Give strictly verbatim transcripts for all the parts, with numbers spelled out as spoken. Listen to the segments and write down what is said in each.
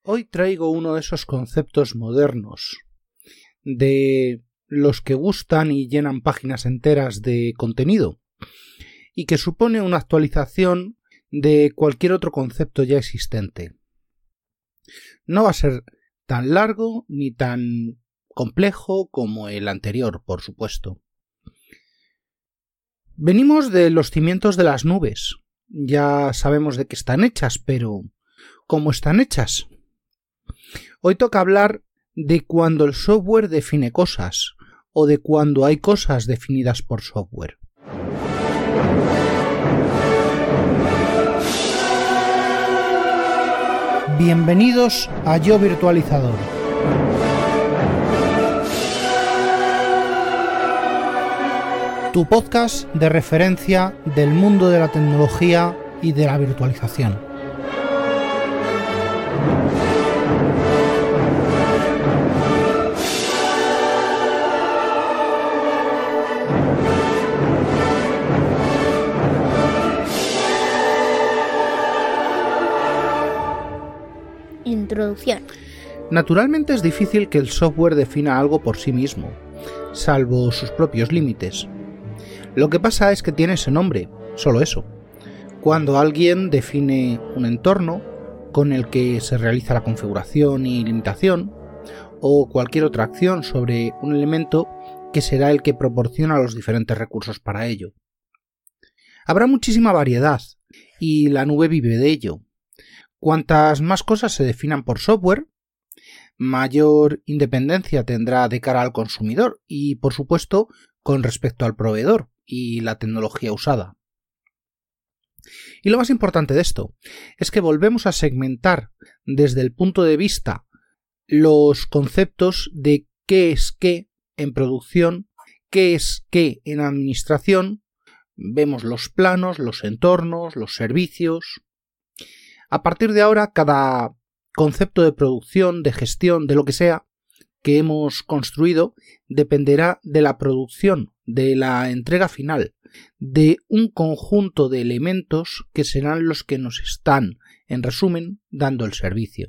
Hoy traigo uno de esos conceptos modernos, de los que gustan y llenan páginas enteras de contenido, y que supone una actualización de cualquier otro concepto ya existente. No va a ser tan largo ni tan complejo como el anterior, por supuesto. Venimos de los cimientos de las nubes. Ya sabemos de qué están hechas, pero ¿cómo están hechas? Hoy toca hablar de cuando el software define cosas, o de cuando hay cosas definidas por software. Bienvenidos a Yo Virtualizador. Tu podcast de referencia del mundo de la tecnología y de la virtualización. Introducción. Naturalmente es difícil que el software defina algo por sí mismo, salvo sus propios límites. Lo que pasa es que tiene ese nombre, solo eso. Cuando alguien define un entorno con el que se realiza la configuración y limitación, o cualquier otra acción sobre un elemento que será el que proporciona los diferentes recursos para ello. Habrá muchísima variedad, y la nube vive de ello. Cuantas más cosas se definan por software, mayor independencia tendrá de cara al consumidor y, por supuesto, con respecto al proveedor y la tecnología usada. Y lo más importante de esto es que volvemos a segmentar desde el punto de vista los conceptos de qué es qué en producción, qué es qué en administración, vemos los planos, los entornos, los servicios. A partir de ahora, cada concepto de producción, de gestión, de lo que sea que hemos construido, dependerá de la producción, de la entrega final, de un conjunto de elementos que serán los que nos están, en resumen, dando el servicio.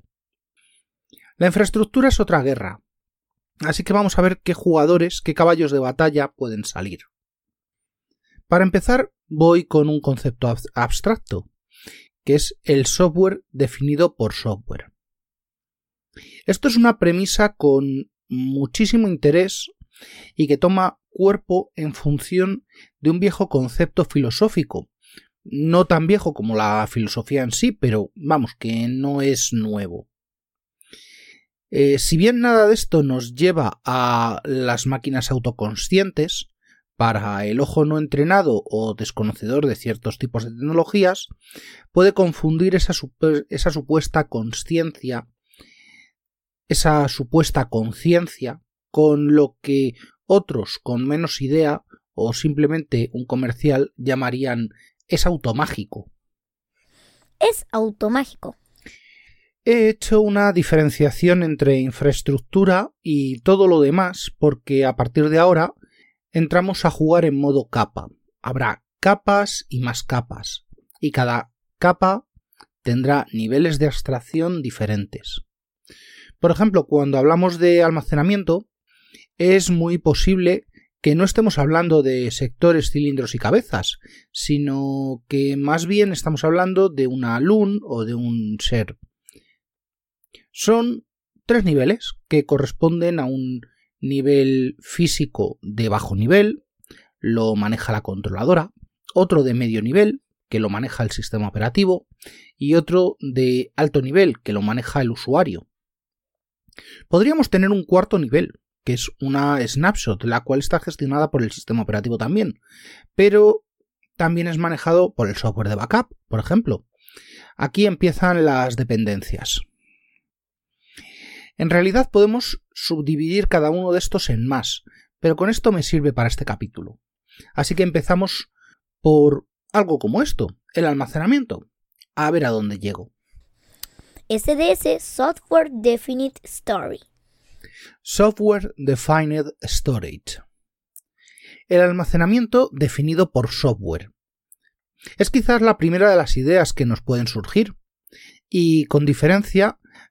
La infraestructura es otra guerra, así que vamos a ver qué jugadores, qué caballos de batalla pueden salir. Para empezar, voy con un concepto ab- abstracto, que es el software definido por software. Esto es una premisa con muchísimo interés y que toma cuerpo en función de un viejo concepto filosófico, no tan viejo como la filosofía en sí, pero vamos, que no es nuevo. Eh, si bien nada de esto nos lleva a las máquinas autoconscientes, para el ojo no entrenado o desconocedor de ciertos tipos de tecnologías, puede confundir esa, super, esa supuesta consciencia, esa supuesta conciencia, con lo que otros con menos idea o simplemente un comercial llamarían es automágico. Es automágico. He hecho una diferenciación entre infraestructura y todo lo demás porque a partir de ahora entramos a jugar en modo capa. Habrá capas y más capas, y cada capa tendrá niveles de abstracción diferentes. Por ejemplo, cuando hablamos de almacenamiento, es muy posible que no estemos hablando de sectores, cilindros y cabezas, sino que más bien estamos hablando de una L U N o de un S E R. Son tres niveles que corresponden a un nivel físico de bajo nivel, lo maneja la controladora, otro de medio nivel, que lo maneja el sistema operativo, y otro de alto nivel, que lo maneja el usuario. Podríamos tener un cuarto nivel, que es una snapshot, la cual está gestionada por el sistema operativo también, pero también es manejado por el software de backup, por ejemplo. Aquí empiezan las dependencias. En realidad podemos subdividir cada uno de estos en más, pero con esto me sirve para este capítulo. Así que empezamos por algo como esto, el almacenamiento. A ver a dónde llego. S D S, Software Definite Storage. Software Defined Storage. El almacenamiento definido por software. Es quizás la primera de las ideas que nos pueden surgir, y con diferencia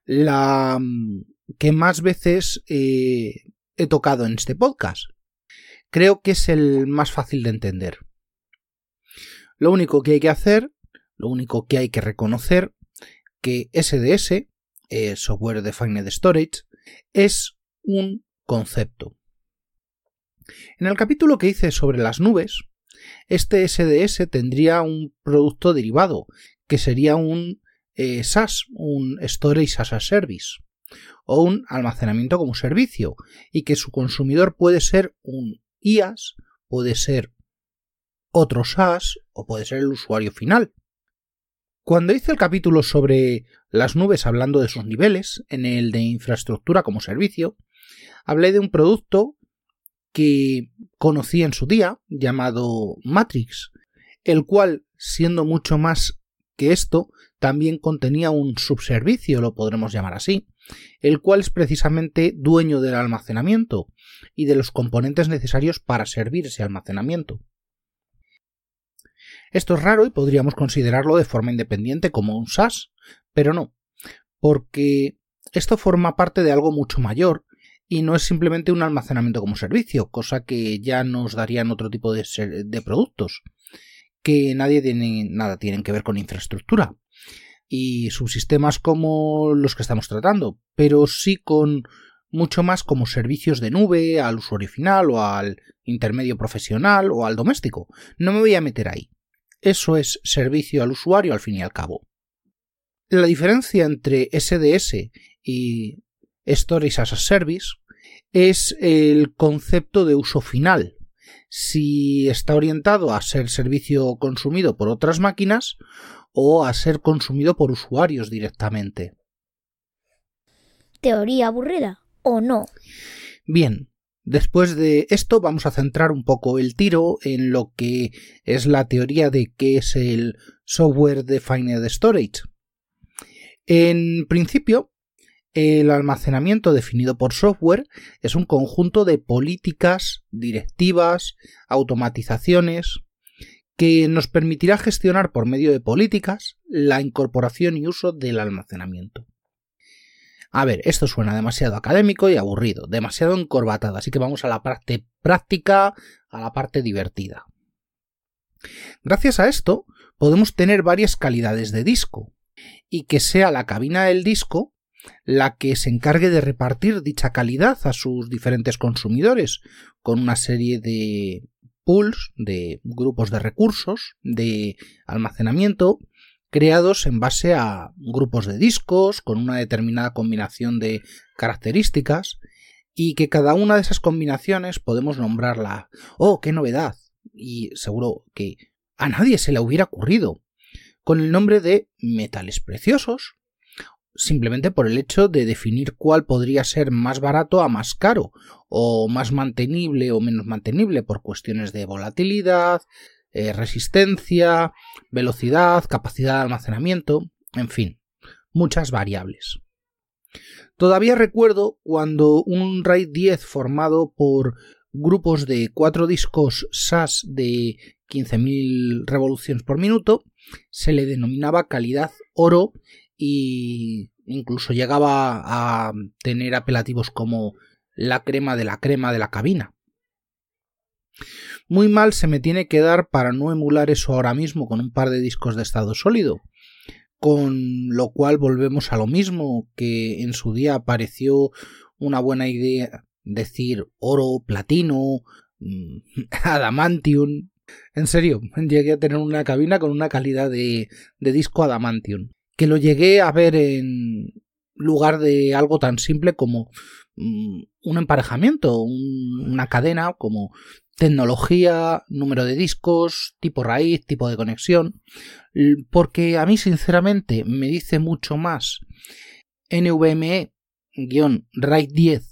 la que más veces eh, he tocado en este podcast. Creo que es el más fácil de entender. Lo único que hay que hacer, lo único que hay que reconocer, que S D S, eh, Software Defined Storage, es un concepto. En el capítulo que hice sobre las nubes, este S D S tendría un producto derivado, que sería un eh, SaaS, un Storage as a Service, o un almacenamiento como servicio, y que su consumidor puede ser un I A S, puede ser otro SaaS, o puede ser el usuario final. Cuando hice el capítulo sobre las nubes hablando de sus niveles, en el de infraestructura como servicio, hablé de un producto que conocí en su día, llamado Matrix, el cual, siendo mucho más que esto, también contenía un subservicio, lo podremos llamar así, el cual es precisamente dueño del almacenamiento y de los componentes necesarios para servir ese almacenamiento. Esto es raro y podríamos considerarlo de forma independiente como un SaaS, pero no, porque esto forma parte de algo mucho mayor y no es simplemente un almacenamiento como servicio, cosa que ya nos darían otro tipo de, ser, de productos, que nadie tiene, nada tienen que ver con infraestructura y subsistemas como los que estamos tratando, pero sí con mucho más como servicios de nube al usuario final o al intermedio profesional o al doméstico. No me voy a meter ahí. Eso es servicio al usuario al fin y al cabo. La diferencia entre S D S y Storage as a Service es el concepto de uso final. Si está orientado a ser servicio consumido por otras máquinas o a ser consumido por usuarios directamente. ¿Teoría aburrida o no? Bien, después de esto vamos a centrar un poco el tiro en lo que es la teoría de qué es el Software Defined Storage. En principio, el almacenamiento definido por software es un conjunto de políticas, directivas, automatizaciones que nos permitirá gestionar por medio de políticas la incorporación y uso del almacenamiento. A ver, esto suena demasiado académico y aburrido, demasiado encorbatado, así que vamos a la parte práctica, a la parte divertida. Gracias a esto, podemos tener varias calidades de disco, y que sea la cabina del disco la que se encargue de repartir dicha calidad a sus diferentes consumidores, con una serie de pools, de grupos de recursos, de almacenamiento, creados en base a grupos de discos, con una determinada combinación de características, y que cada una de esas combinaciones podemos nombrarla, ¡oh, qué novedad! Y seguro que a nadie se le hubiera ocurrido, con el nombre de metales preciosos, simplemente por el hecho de definir cuál podría ser más barato a más caro, o más mantenible o menos mantenible por cuestiones de volatilidad, eh, resistencia, velocidad, capacidad de almacenamiento, en fin, muchas variables. Todavía recuerdo cuando un RAID diez formado por grupos de cuatro discos SAS de quince mil revoluciones por minuto se le denominaba calidad oro y incluso llegaba a tener apelativos como la crema de la crema de la cabina. Muy mal se me tiene que dar para no emular eso ahora mismo con un par de discos de estado sólido, con lo cual volvemos a lo mismo, que en su día pareció una buena idea decir oro, platino, adamantium. En serio, llegué a tener una cabina con una calidad de, de disco adamantium, que lo llegué a ver en lugar de algo tan simple como um, un emparejamiento, un, una cadena, como tecnología, número de discos, tipo raíz, tipo de conexión, porque a mí sinceramente me dice mucho más NVMe-RAID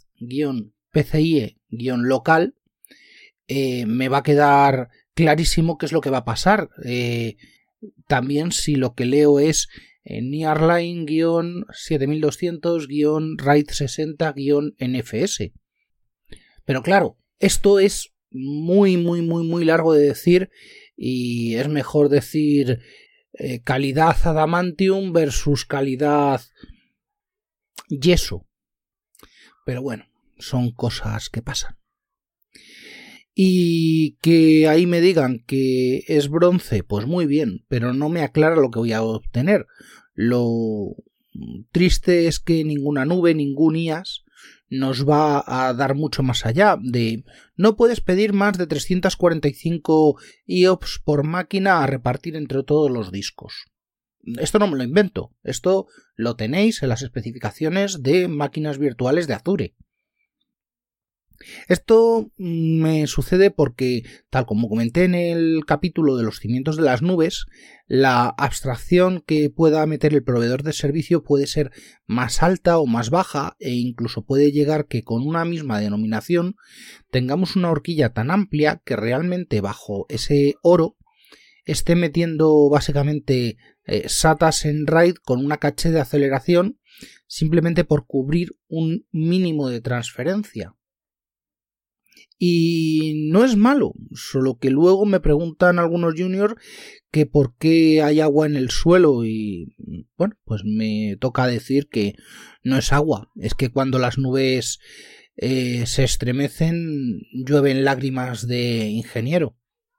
diez-PCIe-local, eh, me va a quedar clarísimo qué es lo que va a pasar. Eh, también si lo que leo es eh, Nearline-siete mil doscientos-RAID sesenta-N F S. Pero claro, esto es muy, muy, muy, muy largo de decir y es mejor decir eh, calidad adamantium versus calidad yeso. Pero bueno, son cosas que pasan. Y que ahí me digan que es bronce, pues muy bien, pero no me aclara lo que voy a obtener. Lo triste es que ninguna nube, ningún I A S nos va a dar mucho más allá de no puedes pedir más de trescientos cuarenta y cinco I O P S por máquina a repartir entre todos los discos. Esto no me lo invento, esto lo tenéis en las especificaciones de máquinas virtuales de Azure. Esto me sucede porque, tal como comenté en el capítulo de los cimientos de las nubes, la abstracción que pueda meter el proveedor de servicio puede ser más alta o más baja e incluso puede llegar que con una misma denominación tengamos una horquilla tan amplia que realmente bajo ese oro esté metiendo básicamente eh, S A T As en RAID con una caché de aceleración simplemente por cubrir un mínimo de transferencia. Y no es malo, solo que luego me preguntan algunos juniors que por qué hay agua en el suelo y bueno, pues me toca decir que no es agua, es que cuando las nubes eh, se estremecen llueven lágrimas de ingeniero.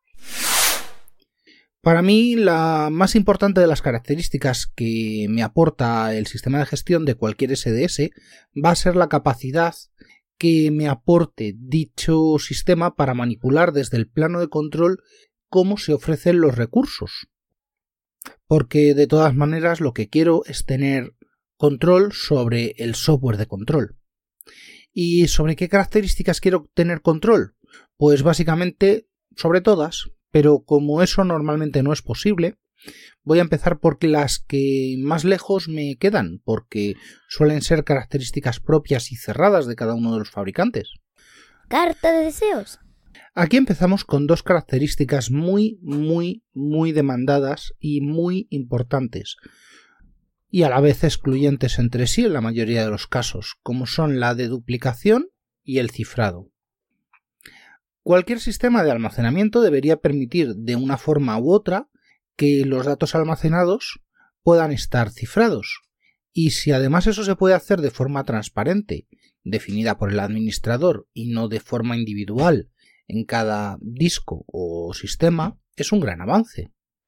Para mí, la más importante de las características que me aporta el sistema de gestión de cualquier S D S va a ser la capacidad que me aporte dicho sistema para manipular desde el plano de control cómo se ofrecen los recursos. Porque de todas maneras lo que quiero es tener control sobre el software de control. ¿Y sobre qué características quiero tener control? Pues básicamente sobre todas, pero como eso normalmente no es posible, voy a empezar por las que más lejos me quedan, porque suelen ser características propias y cerradas de cada uno de los fabricantes. Carta de deseos. Aquí empezamos con dos características muy, muy, muy demandadas y muy importantes, y a la vez excluyentes entre sí en la mayoría de los casos, como son la deduplicación y el cifrado. Cualquier sistema de almacenamiento debería permitir de una forma u otra que los datos almacenados puedan estar cifrados. Y si además eso se puede hacer de forma transparente, definida por el administrador y no de forma individual en cada disco o sistema, es un gran avance.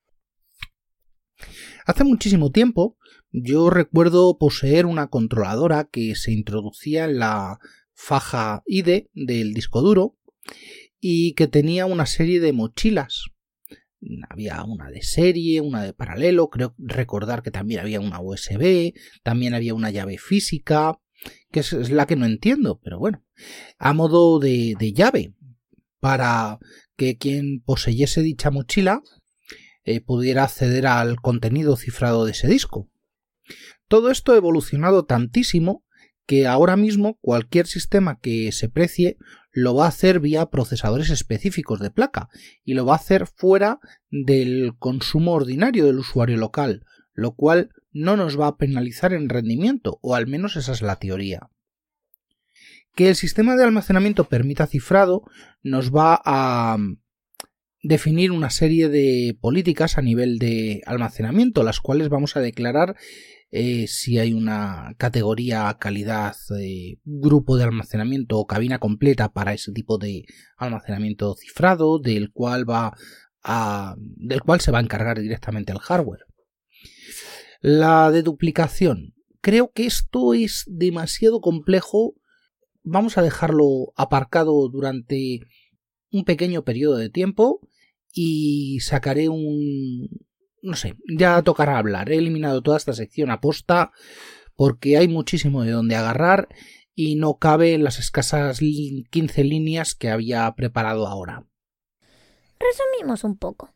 Hace muchísimo tiempo yo recuerdo poseer una controladora que se introducía en la faja I D E del disco duro y que tenía una serie de mochilas. Había una de serie, una de paralelo, creo recordar que también había una U S B, también había una llave física, que es la que no entiendo, pero bueno, a modo de, de llave, para que quien poseyese dicha mochila eh, pudiera acceder al contenido cifrado de ese disco. Todo esto ha evolucionado tantísimo que ahora mismo cualquier sistema que se precie lo va a hacer vía procesadores específicos de placa y lo va a hacer fuera del consumo ordinario del usuario local, lo cual no nos va a penalizar en rendimiento, o al menos esa es la teoría. Que el sistema de almacenamiento permita cifrado nos va a definir una serie de políticas a nivel de almacenamiento, las cuales vamos a declarar Eh, si hay una categoría, calidad, eh, grupo de almacenamiento o cabina completa para ese tipo de almacenamiento cifrado, del cual va a, del cual se va a encargar directamente el hardware. La deduplicación. Creo que esto es demasiado complejo. Vamos a dejarlo aparcado durante un pequeño periodo de tiempo y sacaré un No sé, ya tocará hablar. He eliminado toda esta sección aposta porque hay muchísimo de donde agarrar y no cabe en las escasas quince líneas que había preparado ahora. Resumimos un poco.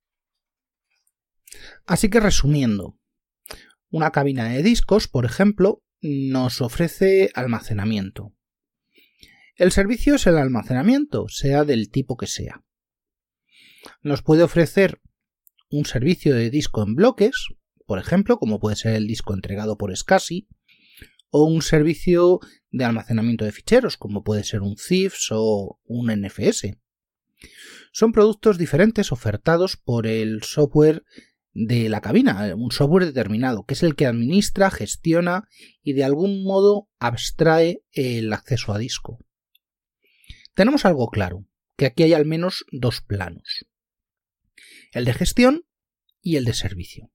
Así que resumiendo, una cabina de discos, por ejemplo, nos ofrece almacenamiento. El servicio es el almacenamiento, sea del tipo que sea. Nos puede ofrecer un servicio de disco en bloques, por ejemplo, como puede ser el disco entregado por SCSI, o un servicio de almacenamiento de ficheros, como puede ser un C I F S o un N F S. Son productos diferentes ofertados por el software de la cabina, un software determinado, que es el que administra, gestiona y de algún modo abstrae el acceso a disco. Tenemos algo claro, que aquí hay al menos dos planos, el de gestión y el de servicio.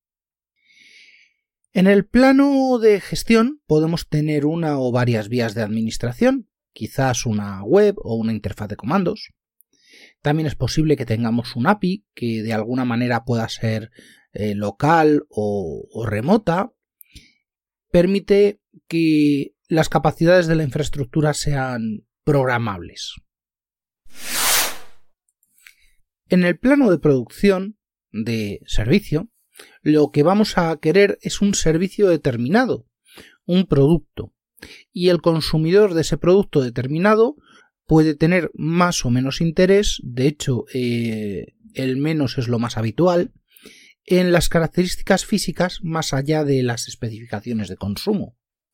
En el plano de gestión podemos tener una o varias vías de administración, quizás una web o una interfaz de comandos. También es posible que tengamos un A P I que de alguna manera pueda ser eh, local o, o remota. Permite que las capacidades de la infraestructura sean programables. En el plano de producción de servicio, lo que vamos a querer es un servicio determinado, un producto, y el consumidor de ese producto determinado puede tener más o menos interés, de hecho eh, el menos es lo más habitual, en las características físicas más allá de las especificaciones de consumo.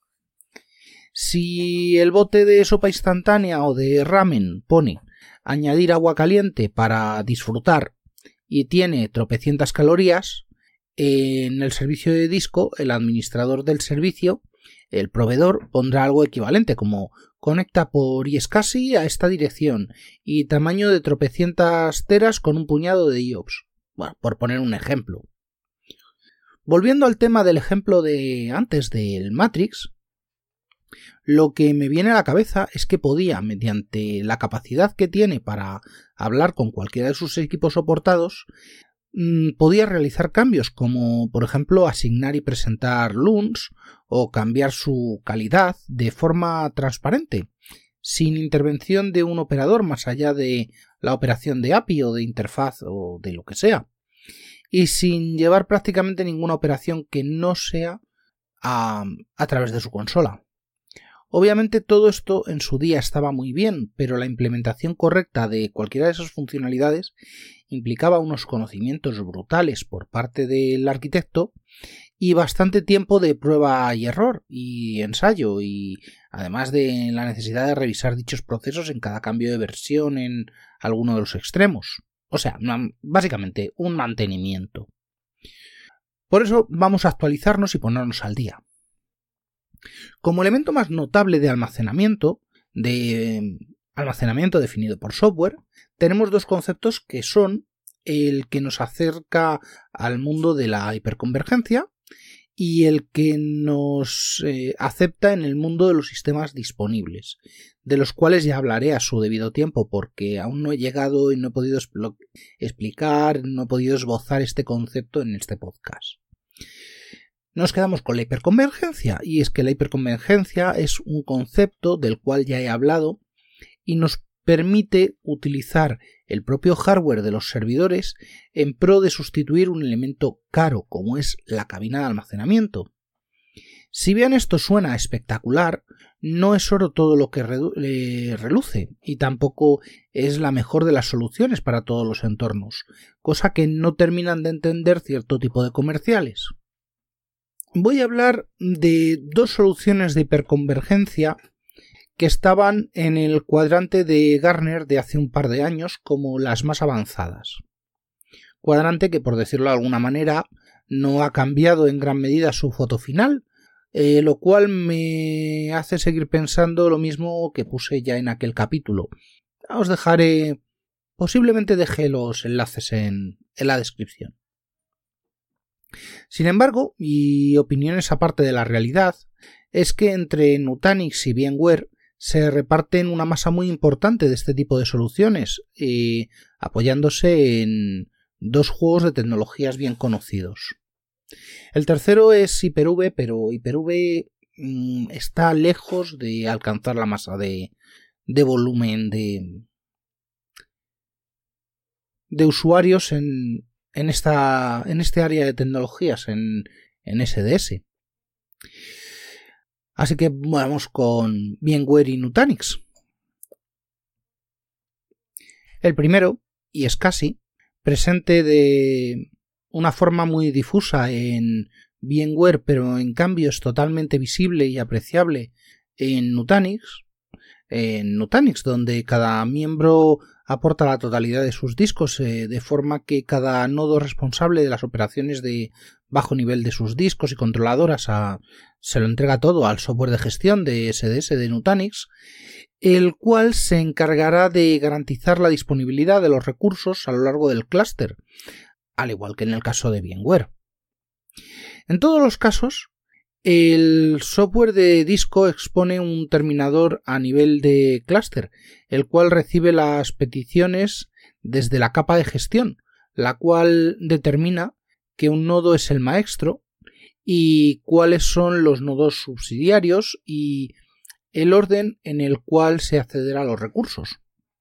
Si el bote de sopa instantánea o de ramen pone añadir agua caliente para disfrutar y tiene tropecientas calorías, en el servicio de disco el administrador del servicio, el proveedor, pondrá algo equivalente como conecta por iSCSI a esta dirección y tamaño de tropecientas teras con un puñado de I O P S. Bueno, por poner un ejemplo. Volviendo al tema del ejemplo de antes del Matrix, lo que me viene a la cabeza es que podía, mediante la capacidad que tiene para hablar con cualquiera de sus equipos soportados, podía realizar cambios como, por ejemplo, asignar y presentar L U Ns o cambiar su calidad de forma transparente, sin intervención de un operador más allá de la operación de A P I o de interfaz o de lo que sea, y sin llevar prácticamente ninguna operación que no sea a, a través de su consola. Obviamente todo esto en su día estaba muy bien, pero la implementación correcta de cualquiera de esas funcionalidades implicaba unos conocimientos brutales por parte del arquitecto y bastante tiempo de prueba y error y ensayo, y además de la necesidad de revisar dichos procesos en cada cambio de versión en alguno de los extremos. O sea, básicamente un mantenimiento. Por eso vamos a actualizarnos y ponernos al día. Como elemento más notable de almacenamiento, de almacenamiento definido por software, tenemos dos conceptos que son el que nos acerca al mundo de la hiperconvergencia y el que nos eh, acepta en el mundo de los sistemas disponibles, de los cuales ya hablaré a su debido tiempo porque aún no he llegado y no he podido explicar, no he podido esbozar este concepto en este podcast. Nos quedamos con la hiperconvergencia, y es que la hiperconvergencia es un concepto del cual ya he hablado y nos permite utilizar el propio hardware de los servidores en pro de sustituir un elemento caro como es la cabina de almacenamiento. Si bien esto suena espectacular, no es oro todo lo que reluce y tampoco es la mejor de las soluciones para todos los entornos, cosa que no terminan de entender cierto tipo de comerciales. Voy a hablar de dos soluciones de hiperconvergencia que estaban en el cuadrante de Gartner de hace un par de años como las más avanzadas. Cuadrante que, por decirlo de alguna manera, no ha cambiado en gran medida su foto final, eh, lo cual me hace seguir pensando lo mismo que puse ya en aquel capítulo. Os dejaré, posiblemente dejé los enlaces en, en la descripción. Sin embargo, y opiniones aparte de la realidad, es que entre Nutanix y VMware se reparten una masa muy importante de este tipo de soluciones, eh, apoyándose en dos juegos de tecnologías bien conocidos. El tercero es Hyper-V, pero Hyper-V mmm, está lejos de alcanzar la masa de, de volumen de, de usuarios en En, esta, en este área de tecnologías, en, en S D S. Así que vamos con VMware y Nutanix. El primero, iSCSI, presente de una forma muy difusa en VMware, pero en cambio es totalmente visible y apreciable en Nutanix. En Nutanix, donde cada miembro aporta la totalidad de sus discos, eh, de forma que cada nodo responsable de las operaciones de bajo nivel de sus discos y controladoras a, se lo entrega todo al software de gestión de S D S de Nutanix, el cual se encargará de garantizar la disponibilidad de los recursos a lo largo del clúster, al igual que en el caso de VMware. En todos los casos, el software de disco expone un terminador a nivel de clúster, el cual recibe las peticiones desde la capa de gestión, la cual determina que un nodo es el maestro y cuáles son los nodos subsidiarios y el orden en el cual se accederá a los recursos.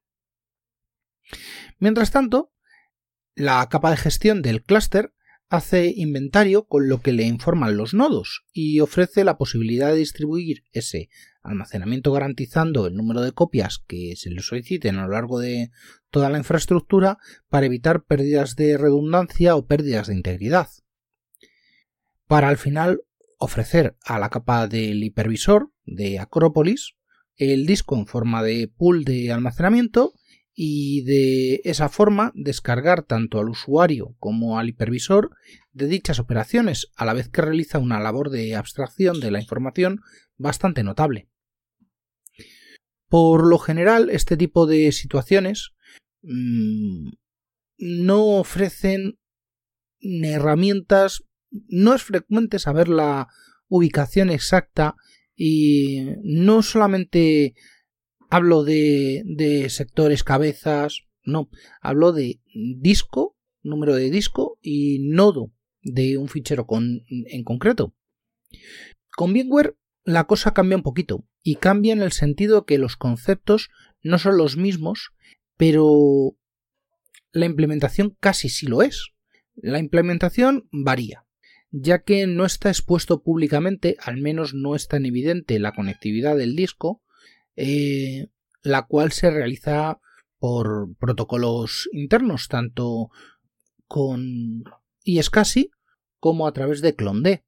Mientras tanto, la capa de gestión del clúster hace inventario con lo que le informan los nodos y ofrece la posibilidad de distribuir ese almacenamiento garantizando el número de copias que se le soliciten a lo largo de toda la infraestructura para evitar pérdidas de redundancia o pérdidas de integridad. Para al final ofrecer a la capa del hipervisor de Acropolis el disco en forma de pool de almacenamiento y de esa forma descargar tanto al usuario como al hipervisor de dichas operaciones, a la vez que realiza una labor de abstracción de la información bastante notable. Por lo general, este tipo de situaciones mmm, no ofrecen herramientas, no es frecuente saber la ubicación exacta y no solamente hablo de, de sectores cabezas, no, hablo de disco, número de disco y nodo de un fichero con, en concreto. Con VMware la cosa cambia un poquito y cambia en el sentido que los conceptos no son los mismos, pero la implementación casi sí lo es. La implementación varía, ya que no está expuesto públicamente, al menos no es tan evidente la conectividad del disco, Eh, la cual se realiza por protocolos internos, tanto con iSCSI como a través de CloneD.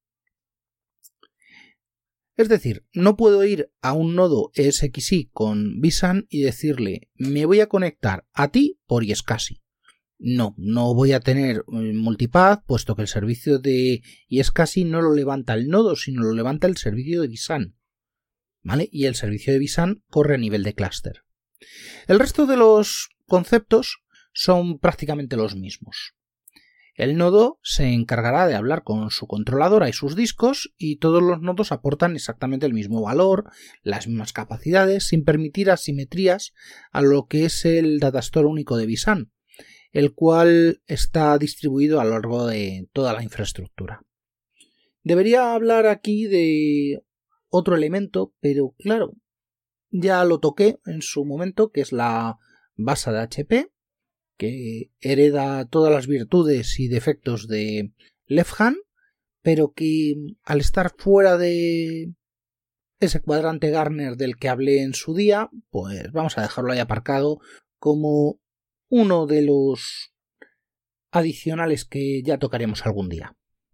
Es decir, no puedo ir a un nodo E S X i con vSAN y decirle me voy a conectar a ti por iSCSI. No, no voy a tener multipath, puesto que el servicio de iSCSI no lo levanta el nodo, sino lo levanta el servicio de vSAN. ¿Vale? Y el servicio de vSAN corre a nivel de clúster. El resto de los conceptos son prácticamente los mismos. El nodo se encargará de hablar con su controladora y sus discos y todos los nodos aportan exactamente el mismo valor, las mismas capacidades, sin permitir asimetrías a lo que es el datastore único de vSAN, el cual está distribuido a lo largo de toda la infraestructura. Debería hablar aquí de otro elemento, pero claro, ya lo toqué en su momento, que es la base de H P, que hereda todas las virtudes y defectos de Left-Hand, pero que al estar fuera de ese cuadrante Gartner del que hablé en su día, pues vamos a dejarlo ahí aparcado como uno de los adicionales que ya tocaremos algún día.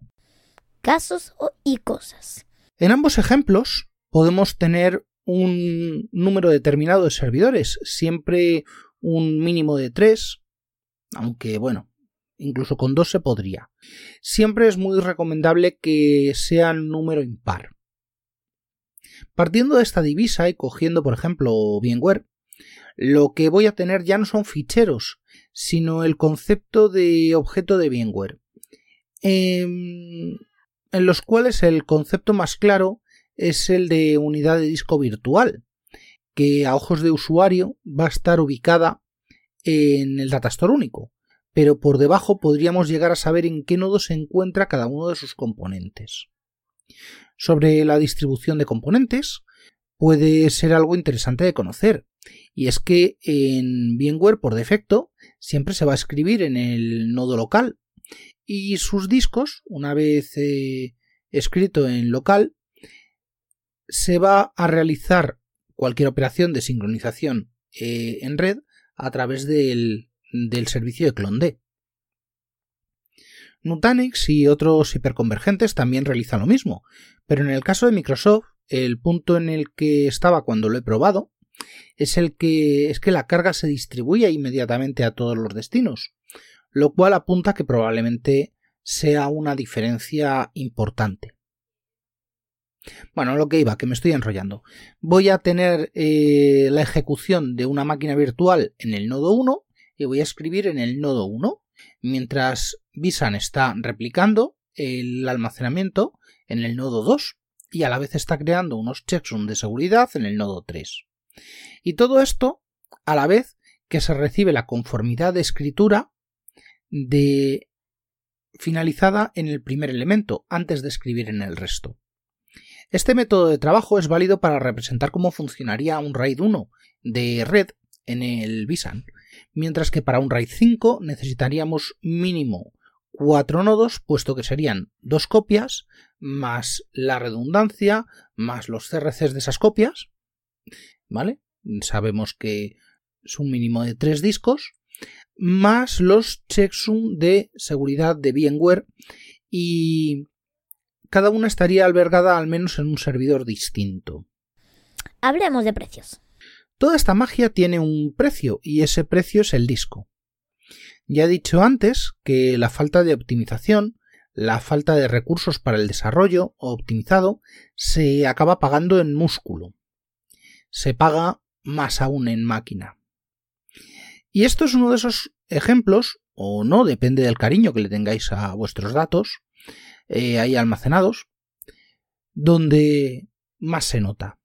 Casos y cosas. En ambos ejemplos podemos tener un número determinado de servidores, siempre un mínimo de tres, aunque bueno, incluso con dos se podría. Siempre es muy recomendable que sea número impar. Partiendo de esta divisa y cogiendo por ejemplo VMware, lo que voy a tener ya no son ficheros, sino el concepto de objeto de VMware. Eh, en los cuales el concepto más claro es el de unidad de disco virtual, que a ojos de usuario va a estar ubicada en el datastore único, pero por debajo podríamos llegar a saber en qué nodo se encuentra cada uno de sus componentes. Sobre la distribución de componentes puede ser algo interesante de conocer, y es que en VMware por defecto siempre se va a escribir en el nodo local, y sus discos, una vez eh, escrito en local, se va a realizar cualquier operación de sincronización eh, en red a través del, del servicio de CloneD. Nutanix y otros hiperconvergentes también realizan lo mismo, pero en el caso de Microsoft, el punto en el que estaba cuando lo he probado es el que es que la carga se distribuye inmediatamente a todos los destinos, lo cual apunta que probablemente sea una diferencia importante. Bueno, lo que iba, que me estoy enrollando. Voy a tener eh, la ejecución de una máquina virtual en el nodo uno y voy a escribir en el nodo uno, mientras vSAN está replicando el almacenamiento en el nodo dos y a la vez está creando unos checksums de seguridad en el nodo tres. Y todo esto a la vez que se recibe la conformidad de escritura de finalizada en el primer elemento antes de escribir en el resto. Este método de trabajo es válido para representar cómo funcionaría un RAID uno de red en el vSAN, mientras que para un RAID cinco necesitaríamos mínimo cuatro nodos, puesto que serían dos copias, más la redundancia, más los C R Cs de esas copias, ¿vale? Sabemos que es un mínimo de tres discos, más los checksums de seguridad de VMware, y cada una estaría albergada al menos en un servidor distinto. Hablemos de precios. Toda esta magia tiene un precio y ese precio es el disco. Ya he dicho antes que la falta de optimización, la falta de recursos para el desarrollo optimizado se acaba pagando en músculo. Se paga más aún en máquina. Y esto es uno de esos ejemplos, o no, depende del cariño que le tengáis a vuestros datos, Eh, ahí almacenados, donde más se nota.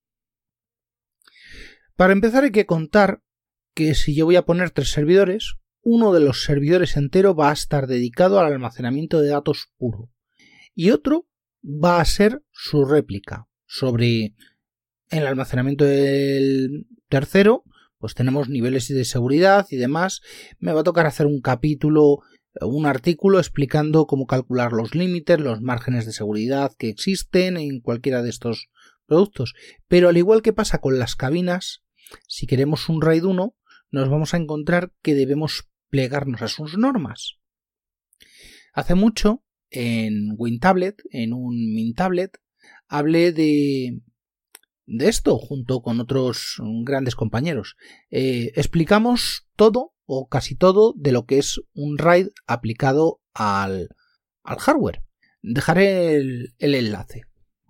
Para empezar hay que contar que si yo voy a poner tres servidores, uno de los servidores entero va a estar dedicado al almacenamiento de datos puro y otro va a ser su réplica. Sobre el almacenamiento del tercero, pues tenemos niveles de seguridad y demás. Me va a tocar hacer un capítulo, un artículo explicando cómo calcular los límites, los márgenes de seguridad que existen en cualquiera de estos productos. Pero al igual que pasa con las cabinas, si queremos un RAID uno, nos vamos a encontrar que debemos plegarnos a sus normas. Hace mucho, en WinTablet, en un MinTablet, hablé de, de esto junto con otros grandes compañeros. Eh, explicamos todo o casi todo de lo que es un RAID aplicado al, al hardware. Dejaré el, el enlace.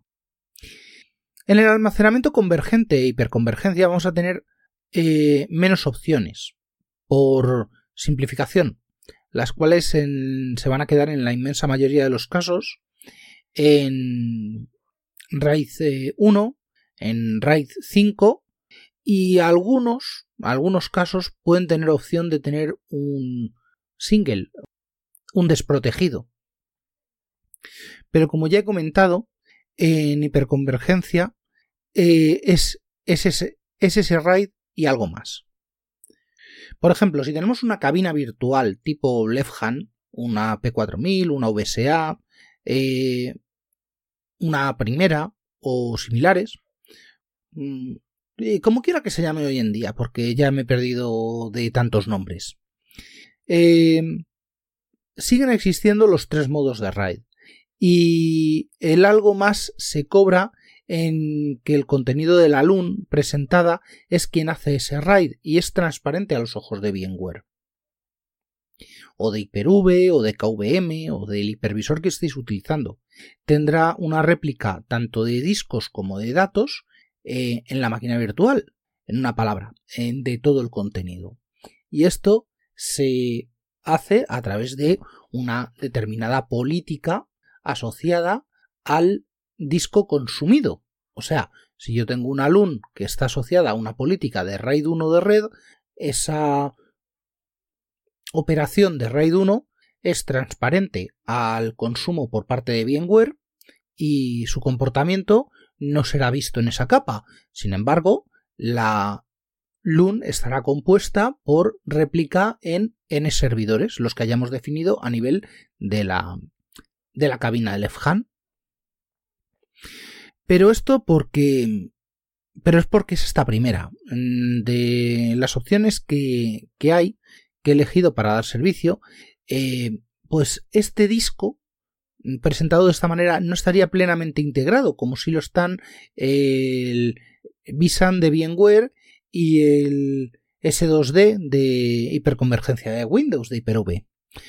En el almacenamiento convergente e hiperconvergencia vamos a tener eh, menos opciones por simplificación, las cuales en, se van a quedar en la inmensa mayoría de los casos en RAID uno, en RAID cinco, y algunos, algunos casos pueden tener opción de tener un single, un desprotegido. Pero como ya he comentado, en hiperconvergencia eh, es, es, ese, es ese RAID y algo más. Por ejemplo, si tenemos una cabina virtual tipo Left-Hand, una P cuatro mil, una V S A, eh, una Primera o similares, mmm, como quiera que se llame hoy en día, porque ya me he perdido de tantos nombres, eh, siguen existiendo los tres modos de RAID. Y el algo más se cobra en que el contenido de la L U N presentada es quien hace ese RAID y es transparente a los ojos de VMware. O de Hyper-V, o de K V M, o del hipervisor que estéis utilizando. Tendrá una réplica tanto de discos como de datos eh, en la máquina virtual, en una palabra, en, de todo el contenido. Y esto se hace a través de una determinada política asociada al disco consumido. O sea, si yo tengo una L U N que está asociada a una política de RAID uno de red, esa operación de RAID uno es transparente al consumo por parte de VMware y su comportamiento no será visto en esa capa. Sin embargo, la L U N estará compuesta por réplica en N servidores, los que hayamos definido a nivel de la de la cabina de Left-Hand. Pero esto porque pero es porque es esta primera de las opciones que, que hay que he elegido para dar servicio. Eh, pues este disco presentado de esta manera no estaría plenamente integrado como si lo están eh, el vSAN de VMware y el ese dos de de hiperconvergencia de Windows, de Hyper-V.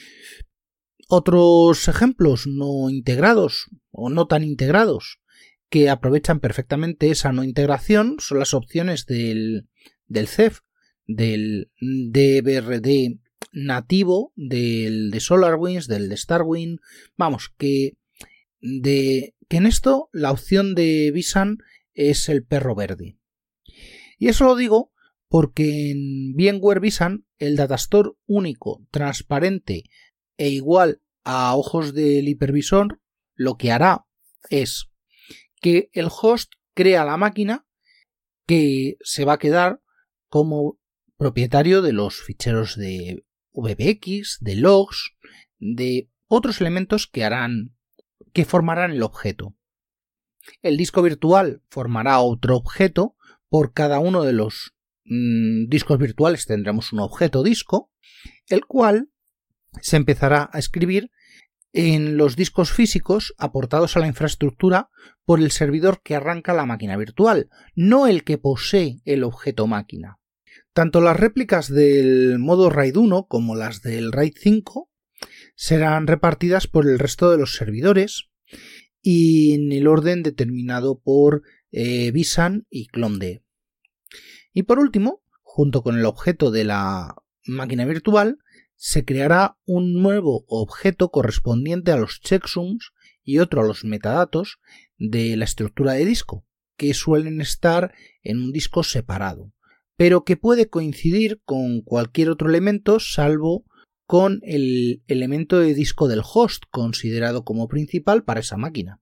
Otros ejemplos no integrados o no tan integrados que aprovechan perfectamente esa no integración son las opciones del, del C E F, del D B R D nativo, del de SolarWinds, del de StarWing. Vamos, que, de, que en esto la opción de vSAN es el perro verde. Y eso lo digo porque en VMware vSAN el datastore único, transparente e igual a ojos del hipervisor lo que hará es que el host crea la máquina que se va a quedar como propietario de los ficheros de V B X, de logs, de otros elementos que harán, que formarán el objeto. El disco virtual formará otro objeto. Por cada uno de los mmm, discos virtuales tendremos un objeto disco, el cual se empezará a escribir en los discos físicos aportados a la infraestructura por el servidor que arranca la máquina virtual, no el que posee el objeto máquina. Tanto las réplicas del modo RAID uno como las del RAID cinco serán repartidas por el resto de los servidores y en el orden determinado por eh, vSAN y cloned. Y por último, junto con el objeto de la máquina virtual, se creará un nuevo objeto correspondiente a los checksums y otro a los metadatos de la estructura de disco, que suelen estar en un disco separado, pero que puede coincidir con cualquier otro elemento salvo con el elemento de disco del host considerado como principal para esa máquina.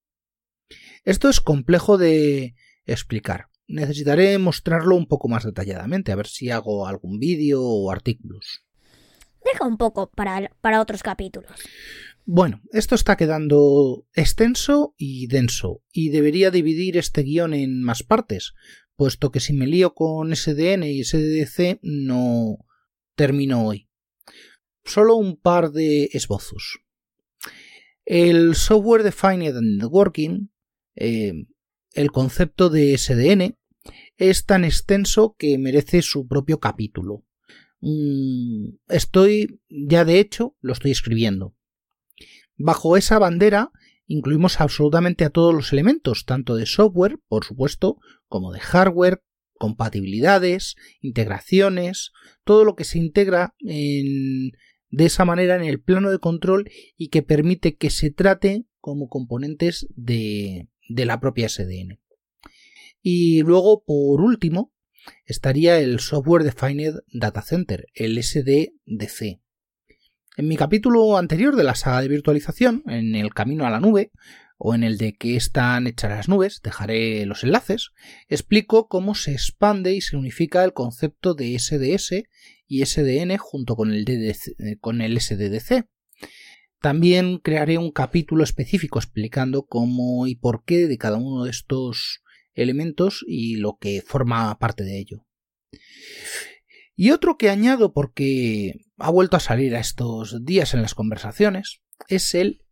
Esto es complejo de explicar. Necesitaré mostrarlo un poco más detalladamente, a ver si hago algún vídeo o artículos. Deja un poco para, para otros capítulos. Bueno, esto está quedando extenso y denso, y debería dividir este guión en más partes, puesto que si me lío con S D N y S D D C no termino hoy. Solo un par de esbozos. El Software Defined Networking, eh, el concepto de S D N, es tan extenso que merece su propio capítulo. Mm, estoy, ya de hecho, lo estoy escribiendo. Bajo esa bandera incluimos absolutamente a todos los elementos, tanto de software, por supuesto, como de hardware, compatibilidades, integraciones, todo lo que se integra en, de esa manera en el plano de control y que permite que se trate como componentes de, de la propia S D N. Y luego, por último, estaría el Software Defined Data Center, el S D D C. En mi capítulo anterior de la saga de virtualización, en el camino a la nube, o en el de qué están hechas las nubes, dejaré los enlaces, explico cómo se expande y se unifica el concepto de S D S y S D N junto con el, D D C, con el S D D C. También crearé un capítulo específico explicando cómo y por qué de cada uno de estos elementos y lo que forma parte de ello. Y otro que añado porque ha vuelto a salir a estos días en las conversaciones es el,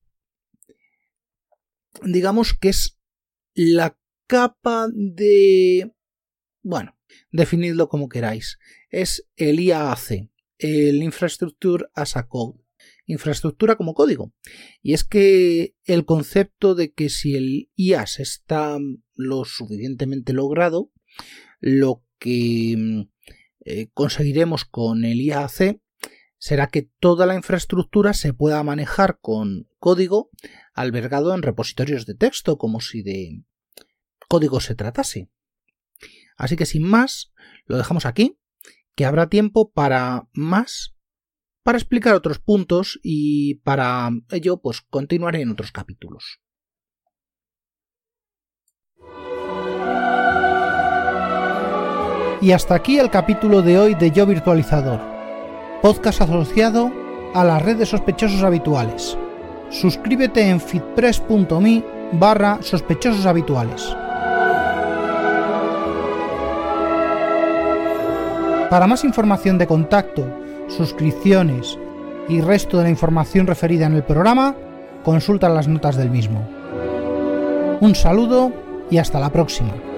digamos que es la capa de, bueno, definidlo como queráis, es el I A C, el Infrastructure as a Code, infraestructura como código. Y es que el concepto de que si el I A S está lo suficientemente logrado, lo que eh, conseguiremos con el I A C será que toda la infraestructura se pueda manejar con código albergado en repositorios de texto, como si de código se tratase. Así que sin más, lo dejamos aquí, que habrá tiempo para más, para explicar otros puntos y para ello pues continuaré en otros capítulos. Y hasta aquí el capítulo de hoy de Yo Virtualizador, podcast asociado a la red de sospechosos habituales. Suscríbete en feedpress.me barra sospechosos habituales. Para más información de contacto, suscripciones y resto de la información referida en el programa, consulta las notas del mismo. Un saludo y hasta la próxima.